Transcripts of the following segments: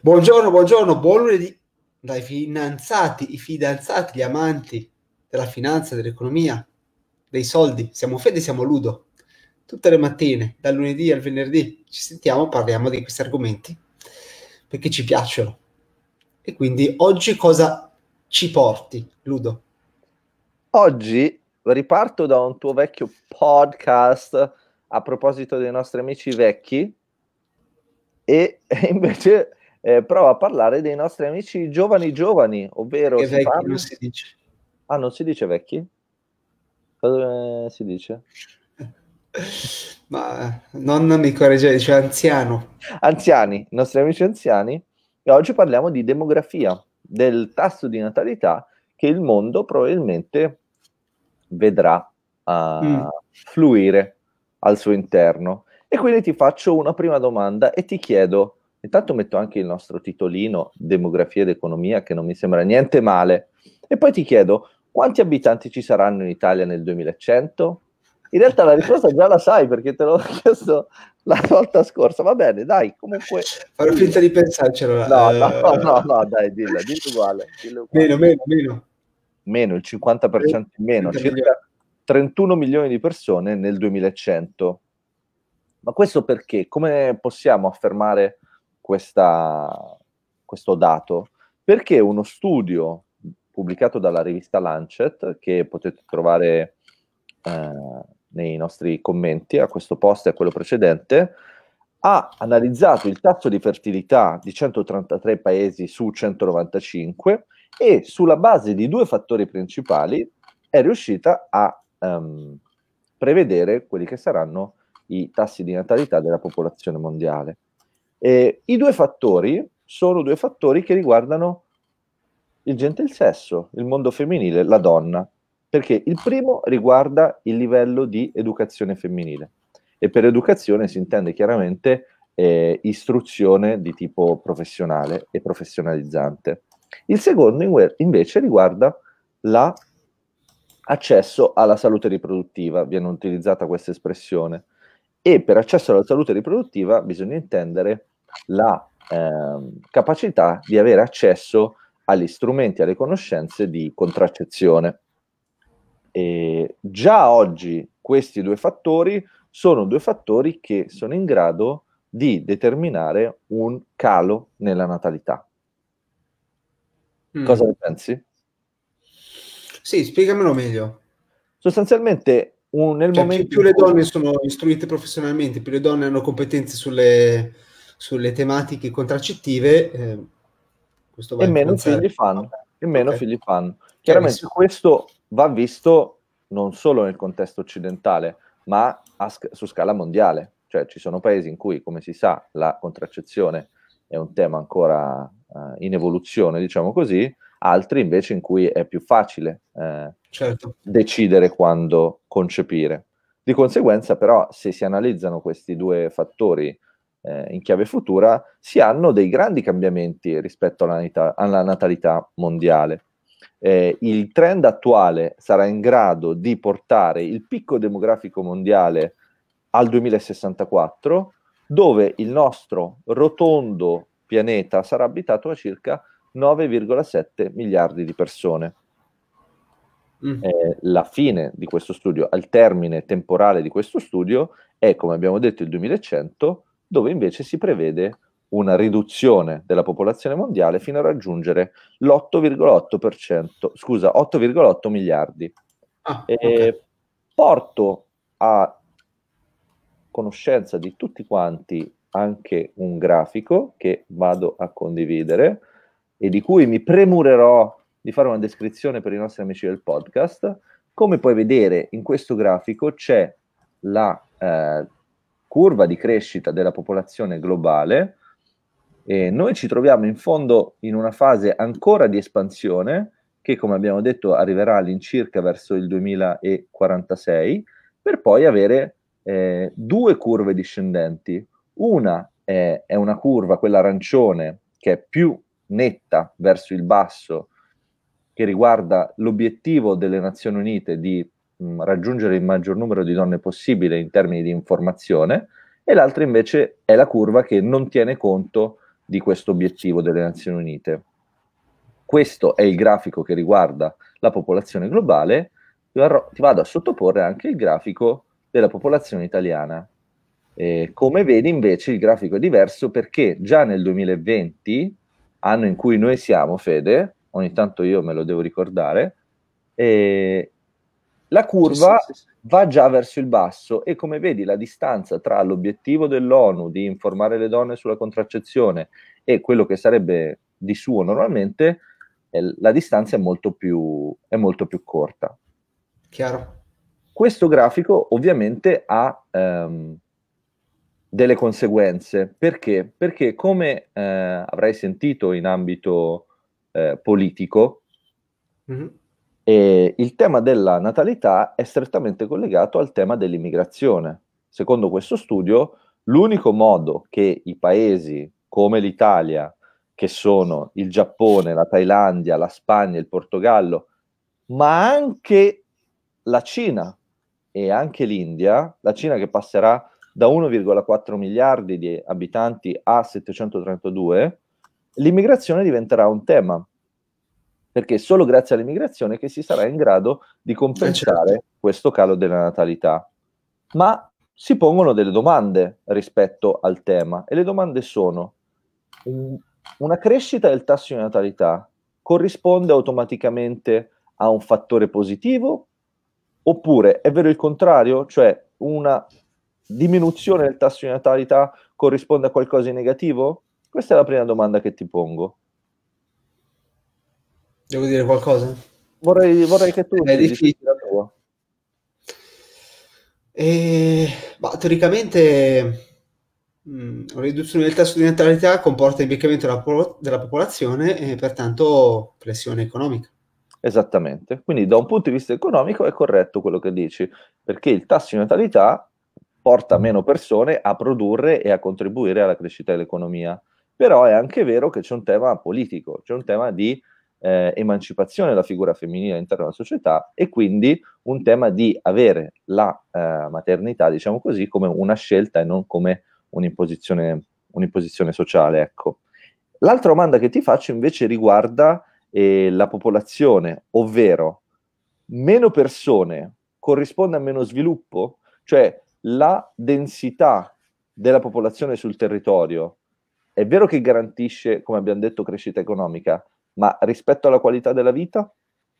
Buongiorno, buongiorno, buon lunedì dai finanziati, i fidanzati, gli amanti della finanza, dell'economia, dei soldi. Siamo Fede, siamo Ludo. Tutte le mattine, dal lunedì al venerdì, ci sentiamo, parliamo di questi argomenti perché ci piacciono. E quindi oggi cosa ci porti, Ludo? Oggi riparto da un tuo vecchio podcast a proposito dei nostri amici vecchi e invece provo a parlare dei nostri amici giovani, ovvero Che si vecchi non parla... si dice. Ah, non si dice vecchi? Cosa si dice? Ma non mi correggere, dice anziano. Anziani, i nostri amici anziani. E oggi parliamo di demografia, del tasso di natalità che il mondo probabilmente vedrà fluire al suo interno. E quindi ti faccio una prima domanda e ti chiedo, intanto metto anche il nostro titolino, demografia ed economia, che non mi sembra niente male, e poi ti chiedo, quanti abitanti ci saranno in Italia nel 2100? In realtà la risposta già la sai perché te l'ho chiesto la volta scorsa. Va bene, dai, comunque... Farò finta di pensarcelo. No, dai, dillo uguale, dillo uguale. Meno. Meno, il 50% in meno, 30 milioni. circa 31 milioni di persone nel 2100. Ma questo perché? Come possiamo affermare questo dato? Perché uno studio pubblicato dalla rivista Lancet, che potete trovare nei nostri commenti a questo post e a quello precedente, ha analizzato il tasso di fertilità di 133 paesi su 195 e sulla base di due fattori principali è riuscita a prevedere quelli che saranno i tassi di natalità della popolazione mondiale. I due fattori sono due fattori che riguardano il gentil sesso, il mondo femminile, la donna, perché il primo riguarda il livello di educazione femminile e per educazione si intende chiaramente istruzione di tipo professionale e professionalizzante. Il secondo invece riguarda l'accesso alla salute riproduttiva, viene utilizzata questa espressione, e per accesso alla salute riproduttiva bisogna intendere la capacità di avere accesso agli strumenti, alle conoscenze di contraccezione. E già oggi questi due fattori sono due fattori che sono in grado di determinare un calo nella natalità. Cosa ne pensi? Sì, spiegamelo meglio. Sostanzialmente, nel Cioè, momento più in le cui... donne sono istruite professionalmente, più le donne hanno competenze sulle tematiche contraccettive, questo va e a meno influenzare. figli fanno, e meno Ok, figli fanno. Chiaramente chiarissimo. questo va visto non solo nel contesto occidentale, ma su scala mondiale. Cioè ci sono paesi in cui, come si sa, la contraccezione è un tema ancora in evoluzione, diciamo così, altri invece in cui è più facile Certo. decidere quando concepire. Di conseguenza, però, se si analizzano questi due fattori in chiave futura, si hanno dei grandi cambiamenti rispetto alla natalità mondiale. Il trend attuale sarà in grado di portare il picco demografico mondiale al 2064, dove il nostro rotondo pianeta sarà abitato da circa 9,7 miliardi di persone. La fine di questo studio, al termine temporale di questo studio, è, come abbiamo detto, il 2100, dove invece si prevede una riduzione della popolazione mondiale fino a raggiungere l'8,8%, scusa, 8,8 miliardi. Ok. Porto a conoscenza di tutti quanti anche un grafico che vado a condividere e di cui mi premurerò di fare una descrizione per i nostri amici del podcast. Come puoi vedere in questo grafico c'è la curva di crescita della popolazione globale e noi ci troviamo in fondo in una fase ancora di espansione che, come abbiamo detto, arriverà all'incirca verso il 2046, per poi avere due curve discendenti. Una è una curva, quella arancione, che è più netta verso il basso, che riguarda l'obiettivo delle Nazioni Unite di raggiungere il maggior numero di donne possibile in termini di informazione, e l'altra invece è la curva che non tiene conto di questo obiettivo delle Nazioni Unite. Questo è il grafico che riguarda la popolazione globale. Ti vado a sottoporre anche il grafico della popolazione italiana. Come vedi, invece, il grafico è diverso perché già nel 2020, anno in cui noi siamo, Fede, ogni tanto io me lo devo ricordare, la curva Sì. va già verso il basso e come vedi la distanza tra l'obiettivo dell'ONU di informare le donne sulla contraccezione e quello che sarebbe di suo normalmente, la distanza è molto più corta. Chiaro. Questo grafico ovviamente ha delle conseguenze. Perché? Perché come avrai sentito in ambito politico, Mm-hmm. il tema della natalità è strettamente collegato al tema dell'immigrazione. Secondo questo studio, l'unico modo che i paesi come l'Italia, che sono il Giappone, la Thailandia, la Spagna, il Portogallo, ma anche la Cina e anche l'India, la Cina che passerà da 1,4 miliardi di abitanti a 732, l'immigrazione diventerà un tema, perché è solo grazie all'immigrazione che si sarà in grado di compensare Certo. questo calo della natalità. Ma si pongono delle domande rispetto al tema, e le domande sono: una crescita del tasso di natalità corrisponde automaticamente a un fattore positivo, oppure è vero il contrario, cioè una diminuzione del tasso di natalità corrisponde a qualcosa di negativo? Questa è la prima domanda che ti pongo. Devo dire qualcosa? Vorrei che tu È dicessi la difficile. tua. Teoricamente una riduzione del tasso di natalità comporta invecchiamento della popolazione e pertanto pressione economica. Esattamente. Quindi da un punto di vista economico è corretto quello che dici, perché il tasso di natalità porta meno persone a produrre e a contribuire alla crescita dell'economia. Però è anche vero che c'è un tema politico, c'è un tema di emancipazione della figura femminile all'interno della società e quindi un tema di avere la maternità, diciamo così, come una scelta e non come un'imposizione sociale. Ecco. L'altra domanda che ti faccio invece riguarda la popolazione, ovvero meno persone corrisponde a meno sviluppo, cioè la densità della popolazione sul territorio è vero che garantisce, come abbiamo detto, crescita economica, ma rispetto alla qualità della vita?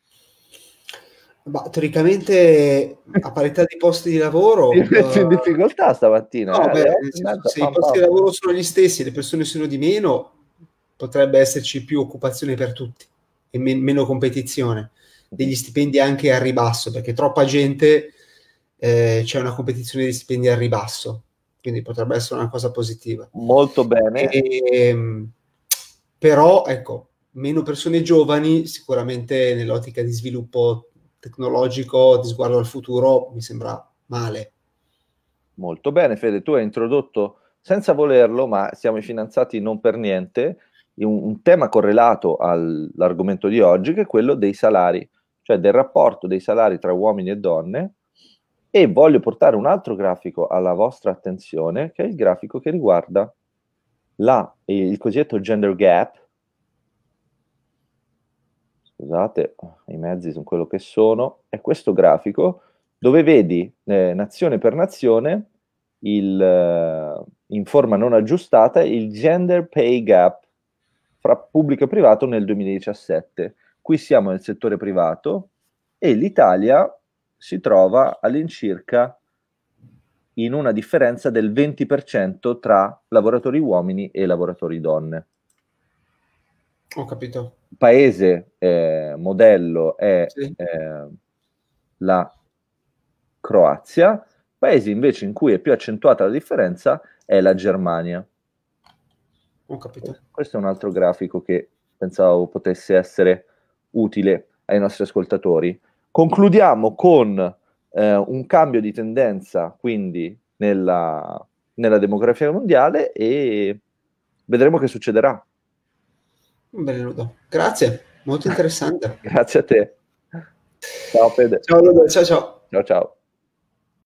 Teoricamente a parità di posti di Ti lavoro, metto in difficoltà stamattina, no, alle nel 8 e senso, mezza, se i pam posti pam. di lavoro sono gli stessi e le persone sono di meno, potrebbe esserci più occupazione per tutti e meno competizione. Degli stipendi anche al ribasso, perché troppa gente, c'è una competizione di stipendi al ribasso, quindi potrebbe essere una cosa positiva. Molto bene, Però, ecco, meno persone giovani, sicuramente nell'ottica di sviluppo tecnologico, di sguardo al futuro, mi sembra male. molto bene, Fede, tu hai introdotto senza volerlo, ma siamo i finanziati non per niente, un tema correlato all'argomento di oggi, che è quello dei salari, cioè del rapporto dei salari tra uomini e donne, e voglio portare un altro grafico alla vostra attenzione, che è il grafico che riguarda il cosiddetto gender gap. Scusate, i mezzi sono quello che sono, è questo grafico dove vedi nazione per nazione in forma non aggiustata il gender pay gap fra pubblico e privato nel 2017. Qui siamo nel settore privato e l'Italia si trova all'incirca in una differenza del 20% tra lavoratori uomini e lavoratori donne. Ho capito. Paese modello è Sì, la Croazia, paese invece in cui è più accentuata la differenza è la Germania. ho capito. Questo è un altro grafico che pensavo potesse essere utile ai nostri ascoltatori. Concludiamo con un cambio di tendenza, quindi nella demografia mondiale, e vedremo che succederà. Bene, Ludo. Grazie, molto interessante. Grazie a te. Ciao Fede. Ciao Ludo, ciao ciao. Ciao ciao.